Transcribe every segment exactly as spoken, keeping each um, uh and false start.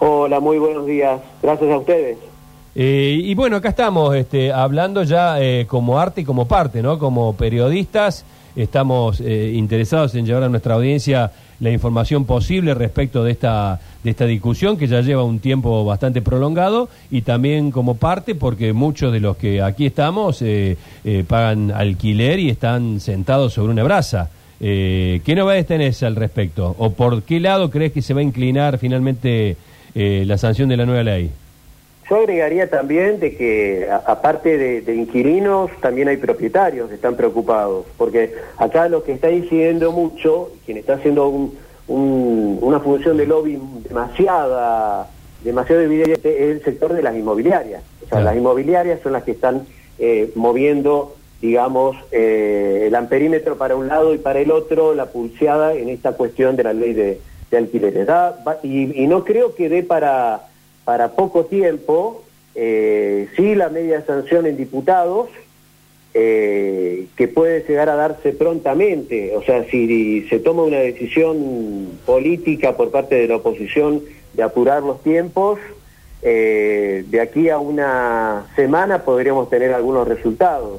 Hola, muy buenos días. Gracias a ustedes. Eh, y bueno, acá estamos este, hablando ya eh, como arte y como parte, ¿no? Como periodistas, estamos eh, interesados en llevar a nuestra audiencia la información posible respecto de esta, de esta discusión que ya lleva un tiempo bastante prolongado, y también como parte porque muchos de los que aquí estamos eh, eh, pagan alquiler y están sentados sobre una brasa. Eh, ¿Qué novedades tenés al respecto? ¿O por qué lado crees que se va a inclinar finalmente eh, la sanción de la nueva ley? Yo agregaría también de que, a, aparte de, de inquilinos, también hay propietarios que están preocupados, porque acá lo que está incidiendo mucho, quien está haciendo un, un, una función de lobby demasiada, demasiado evidente, es el sector de las inmobiliarias. O sea, sí. Las inmobiliarias son las que están eh, moviendo, digamos, eh, el amperímetro para un lado y para el otro, la pulseada en esta cuestión de la ley de, de alquileres. Da, va, y, y no creo que dé para... para poco tiempo, eh, sí la media sanción en diputados, eh, que puede llegar a darse prontamente. O sea, si se toma una decisión política por parte de la oposición de apurar los tiempos, eh, de aquí a una semana podríamos tener algunos resultados.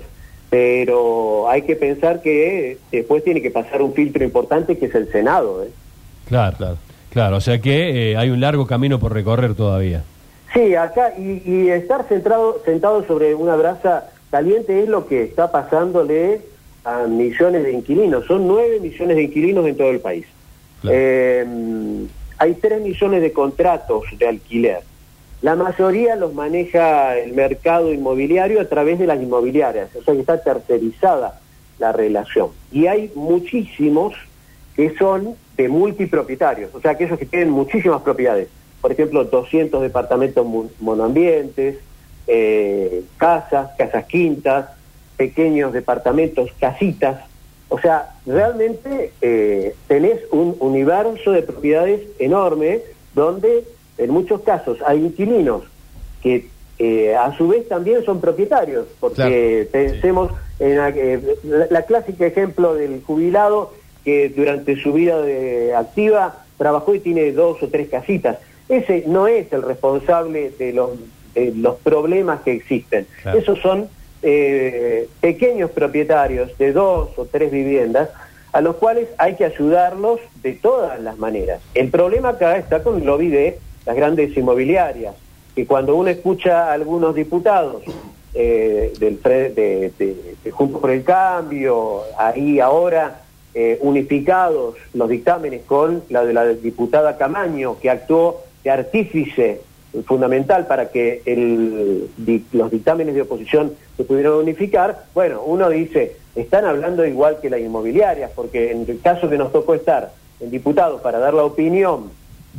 Pero hay que pensar que después tiene que pasar un filtro importante que es el Senado, ¿eh? Claro, claro. Claro, o sea que eh, hay un largo camino por recorrer todavía. Sí, acá, y, y estar centrado, sentado sobre una brasa caliente es lo que está pasándole a millones de inquilinos. Son nueve millones de inquilinos en todo el país. Claro. Eh, hay tres millones de contratos de alquiler. La mayoría los maneja el mercado inmobiliario a través de las inmobiliarias, o sea que está tercerizada la relación. Y hay muchísimos que son de multipropietarios, o sea, aquellos que tienen muchísimas propiedades. Por ejemplo, doscientos departamentos monoambientes, eh, casas, casas quintas, pequeños departamentos, casitas. O sea, realmente eh, tenés un universo de propiedades enorme donde en muchos casos hay inquilinos que eh, a su vez también son propietarios, porque claro, pensemos sí. en la, eh, la, la clásica ejemplo del jubilado que durante su vida de activa trabajó y tiene dos o tres casitas. Ese no es el responsable de los, de los problemas que existen. Claro. Esos son eh, pequeños propietarios de dos o tres viviendas a los cuales hay que ayudarlos de todas las maneras. El problema acá está con el lobby de las grandes inmobiliarias, que cuando uno escucha a algunos diputados eh, del de, de, de, de Juntos por el Cambio, ahí ahora... Eh, unificados los dictámenes con la de la diputada Camaño, que actuó de artífice fundamental para que el, di, los dictámenes de oposición se pudieran unificar, bueno, uno dice, están hablando igual que las inmobiliarias, porque en el caso que nos tocó estar en diputados para dar la opinión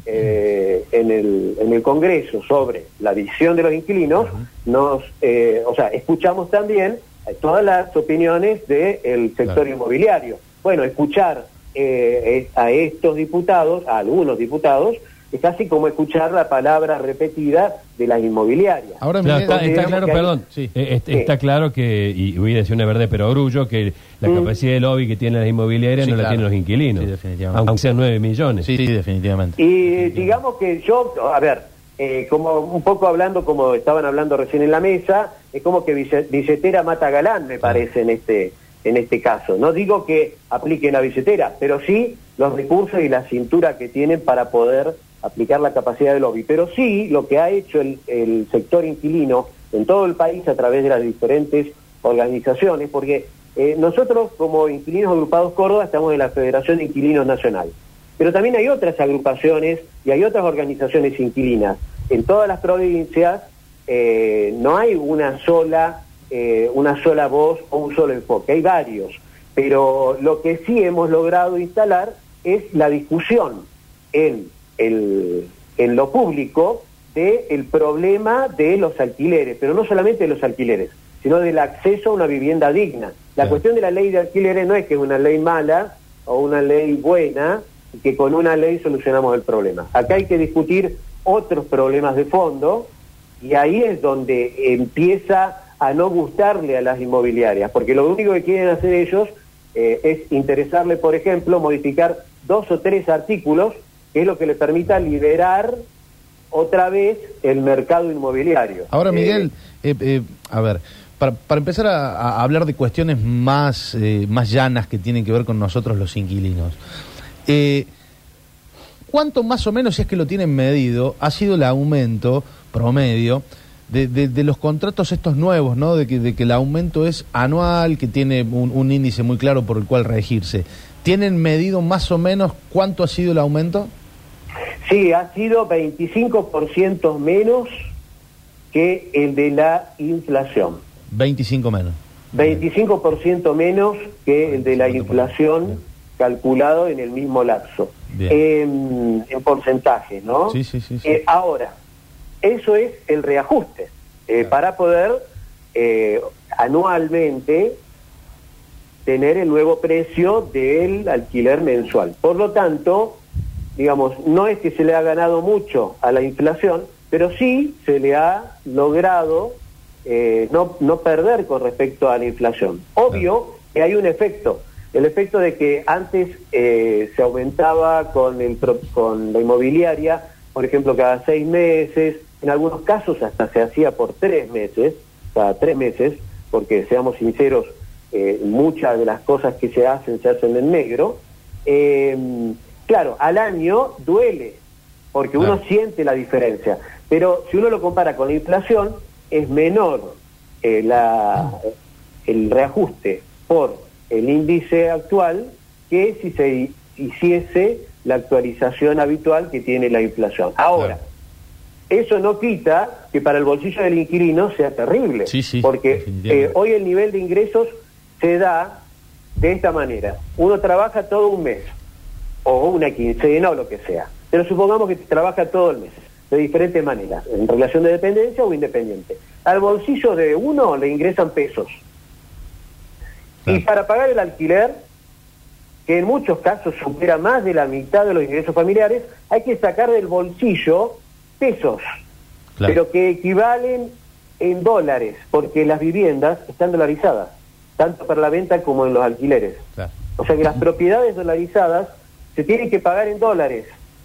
eh, en, el, en el Congreso sobre la visión de los inquilinos, nos, eh, o sea, escuchamos también todas las opiniones del sector claro. inmobiliario. Bueno, escuchar eh, a estos diputados, a algunos diputados, es casi como escuchar la palabra repetida de las inmobiliarias. Ahora claro, está, está claro, hay... perdón, sí. eh, sí. está claro que, y voy a decir una verdad pero orgullo, que la mm. capacidad de lobby que tienen las inmobiliarias sí, no claro. la tienen los inquilinos, sí, definitivamente. Aunque sean nueve millones. Sí, sí, definitivamente. Y definitivamente. digamos que yo, a ver, eh, como un poco hablando, como estaban hablando recién en la mesa, es como que billetera mata galán, me parece, en este... en este caso. No digo que apliquen la billetera, pero sí los recursos y la cintura que tienen para poder aplicar la capacidad de lobby. Pero sí lo que ha hecho el, el sector inquilino en todo el país a través de las diferentes organizaciones, porque eh, nosotros como Inquilinos Agrupados Córdoba estamos en la Federación de Inquilinos Nacional, pero también hay otras agrupaciones y hay otras organizaciones inquilinas. En todas las provincias eh, no hay una sola Eh, una sola voz o un solo enfoque, hay varios, pero lo que sí hemos logrado instalar es la discusión en, el, en lo público del problema de los alquileres, pero no solamente de los alquileres, sino del acceso a una vivienda digna. La sí. cuestión de la ley de alquileres no es que es una ley mala o una ley buena, y que con una ley solucionamos el problema. Acá hay que discutir otros problemas de fondo, y ahí es donde empieza a no gustarle a las inmobiliarias, porque lo único que quieren hacer ellos eh, es interesarle, por ejemplo, modificar dos o tres artículos, que es lo que le permita liberar otra vez el mercado inmobiliario. Ahora, Miguel, eh, eh, eh, a ver, para, para empezar a, a hablar de cuestiones más, eh, más llanas que tienen que ver con nosotros los inquilinos, eh, ¿cuánto más o menos, si es que lo tienen medido, ha sido el aumento promedio de, de, de los contratos estos nuevos, ¿no? De que, de que el aumento es anual, que tiene un, un índice muy claro por el cual regirse? ¿Tienen medido más o menos cuánto ha sido el aumento? Sí, ha sido veinticinco por ciento menos que el de la inflación. veinticinco menos. veinticinco por ciento menos que el de la inflación calculado en el mismo lapso. En, en porcentaje, ¿no? Sí, sí, sí. sí. Eh, ahora, eso es el reajuste. Eh, claro. Para poder eh, anualmente tener el nuevo precio del alquiler mensual. Por lo tanto, digamos, no es que se le ha ganado mucho a la inflación, pero sí se le ha logrado eh, no, no perder con respecto a la inflación. Obvio que hay un efecto, el efecto de que antes eh, se aumentaba con, el, con la inmobiliaria, por ejemplo, cada seis meses, en algunos casos hasta se hacía por tres meses, cada tres meses, porque seamos sinceros, eh, muchas de las cosas que se hacen se hacen en negro. Eh, Claro, al año duele, porque uno claro. siente la diferencia, pero si uno lo compara con la inflación, es menor eh, la, el reajuste por el índice actual que si se hiciese la actualización habitual que tiene la inflación. Ahora, claro. eso no quita que para el bolsillo del inquilino sea terrible, sí, sí, porque eh, hoy el nivel de ingresos se da de esta manera. Uno trabaja todo un mes, o una quincena o lo que sea, pero supongamos que trabaja todo el mes, de diferentes maneras, en relación de dependencia o independiente. Al bolsillo de uno le ingresan pesos. Claro. Y para pagar el alquiler, que en muchos casos supera más de la mitad de los ingresos familiares, hay que sacar del bolsillo pesos, claro. pero que equivalen en dólares, porque las viviendas están dolarizadas, tanto para la venta como en los alquileres. Claro. O sea que las propiedades dolarizadas se tienen que pagar en dólares,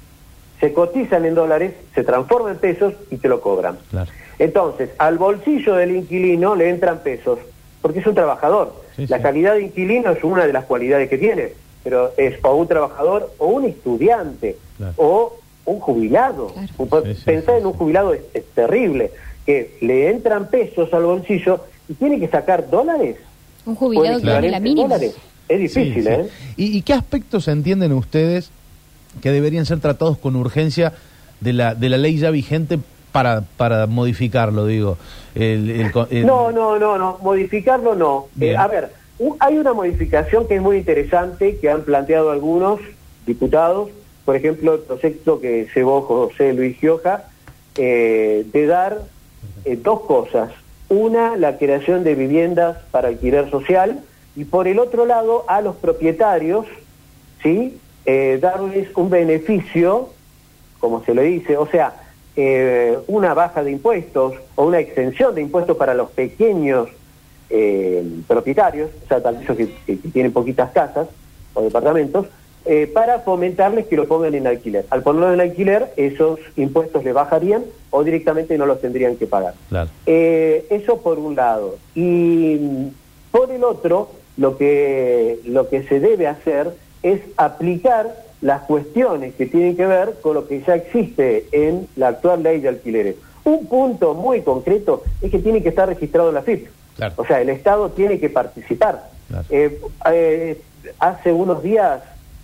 se cotizan en dólares, se transforman en pesos y te lo cobran. Claro. Entonces, al bolsillo del inquilino le entran pesos, porque es un trabajador. Sí, la sí. calidad de inquilino es una de las cualidades que tiene, pero es o un trabajador o un estudiante, claro. o un jubilado. Claro. Sí, sí, Pensar sí, en un jubilado es, es terrible, que le entran pesos al bolsillo y tiene que sacar dólares. Un jubilado que gane la mínima. Dólares. Es difícil, sí, sí. ¿eh? ¿Y, ¿Y qué aspectos entienden ustedes que deberían ser tratados con urgencia de la de la ley ya vigente para para modificarlo, digo? El, el, el... No, no, no, no, modificarlo no. Eh, a ver, un, hay una modificación que es muy interesante, que han planteado algunos diputados, por ejemplo, el proyecto que llevó José Luis Gioja, eh, de dar eh, dos cosas. Una, la creación de viviendas para alquiler social, y por el otro lado a los propietarios, ¿sí? Eh, darles un beneficio, como se le dice, o sea, eh, una baja de impuestos o una exención de impuestos para los pequeños eh, propietarios, o sea, tal vez que, que, que tienen poquitas casas o departamentos, eh, para fomentarles que lo pongan en alquiler. Al ponerlo en alquiler, esos impuestos le bajarían o directamente no los tendrían que pagar. Claro. Eh, eso por un lado. Y por el otro, lo que, lo que se debe hacer es aplicar las cuestiones que tienen que ver con lo que ya existe en la actual ley de alquileres. Un punto muy concreto es que tiene que estar registrado en la F I P. Claro. O sea, el Estado tiene que participar. Claro. Eh, eh, hace unos días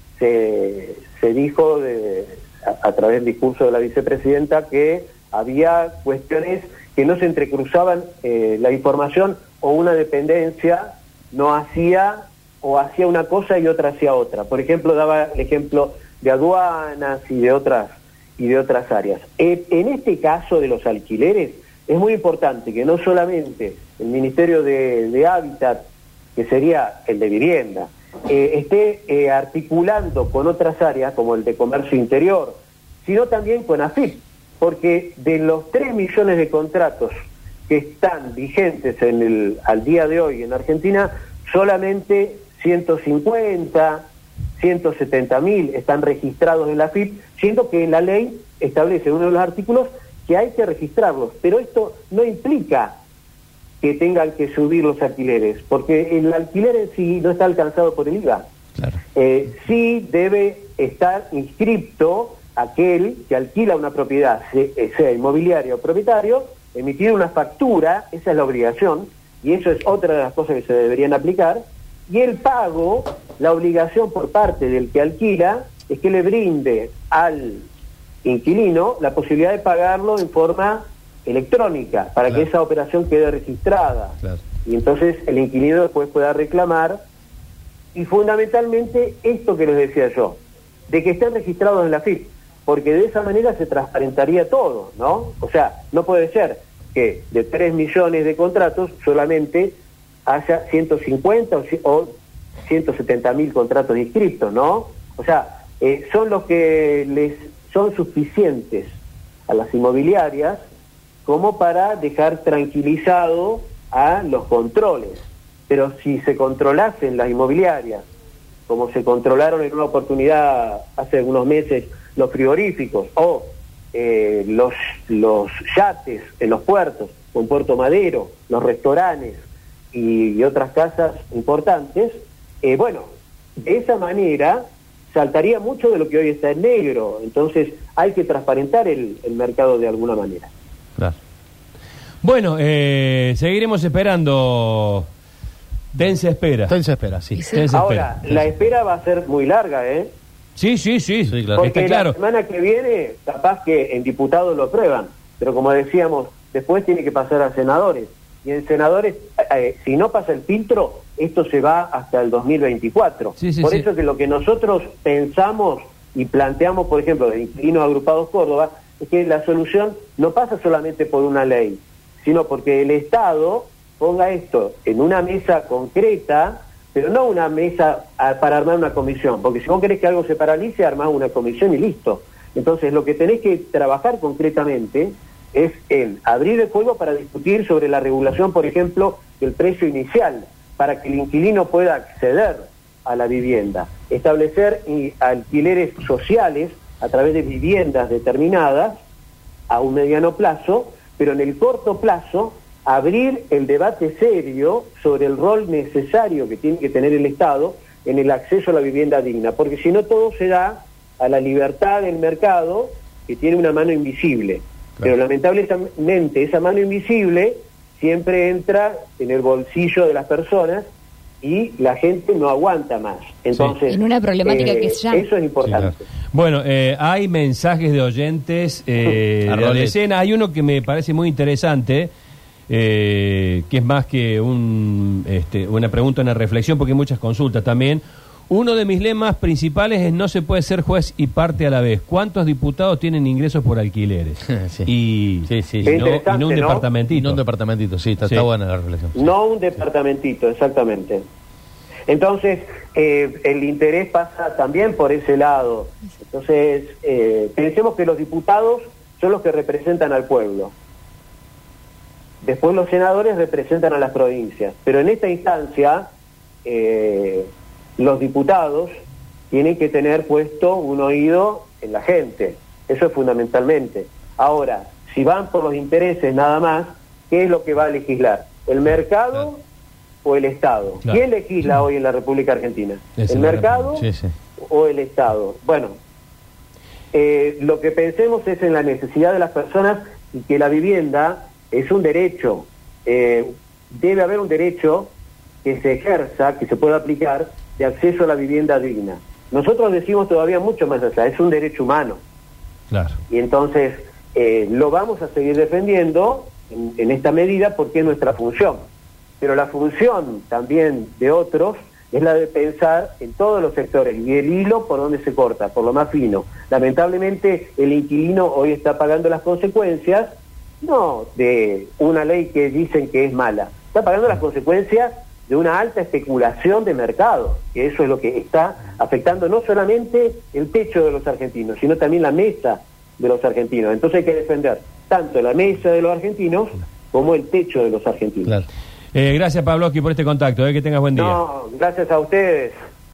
se, se dijo de, a, a través del discurso de la vicepresidenta que había cuestiones que no se entrecruzaban eh, la información, o una dependencia no hacía o hacía una cosa y otra hacía otra. Por ejemplo, daba el ejemplo de aduanas y de otras y de otras áreas. Eh, en este caso de los alquileres es muy importante que no solamente el Ministerio de, de Hábitat, que sería el de vivienda, eh, esté eh, articulando con otras áreas como el de comercio interior, sino también con A F I P, porque de los tres millones de contratos que están vigentes en el, al día de hoy en Argentina, solamente ciento cincuenta, ciento setenta mil están registrados en la F I P, siendo que la ley establece en uno de los artículos que hay que registrarlos, pero esto no implica que tengan que subir los alquileres, porque el alquiler en sí no está alcanzado por el I V A. Claro. Eh, sí debe estar inscripto aquel que alquila una propiedad, sea inmobiliario o propietario, emitir una factura, esa es la obligación, y eso es otra de las cosas que se deberían aplicar, y el pago, la obligación por parte del que alquila, es que le brinde al inquilino la posibilidad de pagarlo en forma electrónica, para claro. que esa operación quede registrada, claro. y entonces el inquilino después pueda reclamar, y fundamentalmente esto que les decía yo, de que estén registrados en la F I P, porque de esa manera se transparentaría todo, ¿no? O sea, no puede ser que de tres millones de contratos solamente haya ciento cincuenta o ciento setenta mil contratos inscritos, ¿no? O sea, eh, son los que les son suficientes a las inmobiliarias como para dejar tranquilizado a los controles. Pero si se controlasen las inmobiliarias, como se controlaron en una oportunidad hace algunos meses los frigoríficos o eh, los, los yates en los puertos, con Puerto Madero, los restaurantes y, y otras casas importantes, eh, bueno, de esa manera saltaría mucho de lo que hoy está en negro. Entonces hay que transparentar el, el mercado de alguna manera. Claro. Bueno, eh, seguiremos esperando. Dense espera. Dense espera, sí. Dense Ahora, espera. La espera va a ser muy larga, ¿eh? Sí, sí, sí. sí claro. Porque Está claro. La semana que viene, capaz que en diputados lo aprueban, pero como decíamos, después tiene que pasar a senadores. Y en senadores, eh, si no pasa el filtro, esto se va hasta el dos mil veinticuatro. Sí, sí, por sí. eso que lo que nosotros pensamos y planteamos, por ejemplo, de Inquilinos Agrupados Córdoba, es que la solución no pasa solamente por una ley, sino porque el Estado ponga esto en una mesa concreta, pero no una mesa a, para armar una comisión, porque si vos querés que algo se paralice, armás una comisión y listo. Entonces lo que tenés que trabajar concretamente es en abrir el fuego para discutir sobre la regulación, por ejemplo, del precio inicial, para que el inquilino pueda acceder a la vivienda, establecer y alquileres sociales a través de viviendas determinadas a un mediano plazo, pero en el corto plazo abrir el debate serio sobre el rol necesario que tiene que tener el Estado en el acceso a la vivienda digna, porque si no todo se da a la libertad del mercado, que tiene una mano invisible. Claro. Pero lamentablemente esa mano invisible siempre entra en el bolsillo de las personas y la gente no aguanta más. Entonces, sí. En una problemática eh, que se llama. Eso es importante. Sí, claro. Bueno, eh, hay mensajes de oyentes eh, de la escena. Hay uno que me parece muy interesante, eh, que es más que un, este, una pregunta, una reflexión, porque hay muchas consultas también. Uno de mis lemas principales es: no se puede ser juez y parte a la vez. ¿Cuántos diputados tienen ingresos por alquileres? sí. Y, sí, sí, y, sí. No, y no un ¿no? departamentito. Y no un departamentito, sí, está, sí. está buena la reflexión. No un departamentito, exactamente. Entonces, eh, el interés pasa también por ese lado. Entonces, eh, pensemos que los diputados son los que representan al pueblo. Después los senadores representan a las provincias. Pero en esta instancia, eh, los diputados tienen que tener puesto un oído en la gente. Eso es fundamentalmente. Ahora, si van por los intereses nada más, ¿qué es lo que va a legislar? ¿El mercado claro. o el Estado? Claro. ¿Quién legisla sí. hoy en la República Argentina? Es ¿El mercado sí, sí. o el Estado? Bueno, eh, lo que pensemos es en la necesidad de las personas y que la vivienda es un derecho. Eh, debe haber un derecho que se ejerza, que se pueda aplicar, de acceso a la vivienda digna. Nosotros decimos todavía mucho más allá, es un derecho humano. Claro. Y entonces eh, lo vamos a seguir defendiendo en, en esta medida porque es nuestra función. Pero la función también de otros es la de pensar en todos los sectores y el hilo por donde se corta, por lo más fino. Lamentablemente el inquilino hoy está pagando las consecuencias, no de una ley que dicen que es mala, está pagando las consecuencias de una alta especulación de mercado, que eso es lo que está afectando no solamente el techo de los argentinos, sino también la mesa de los argentinos. Entonces hay que defender tanto la mesa de los argentinos como el techo de los argentinos. Claro. Eh, gracias, Pavlovsky, por este contacto. Eh, que tengas buen día. No, gracias a ustedes.